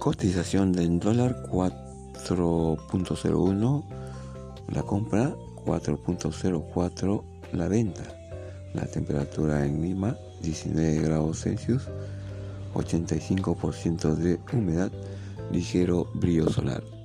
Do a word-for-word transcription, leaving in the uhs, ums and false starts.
Cotización del dólar cuatro punto cero uno la compra, cuatro punto cero cuatro la venta. La temperatura en Lima diecinueve grados Celsius, ochenta y cinco por ciento de humedad, ligero brillo solar.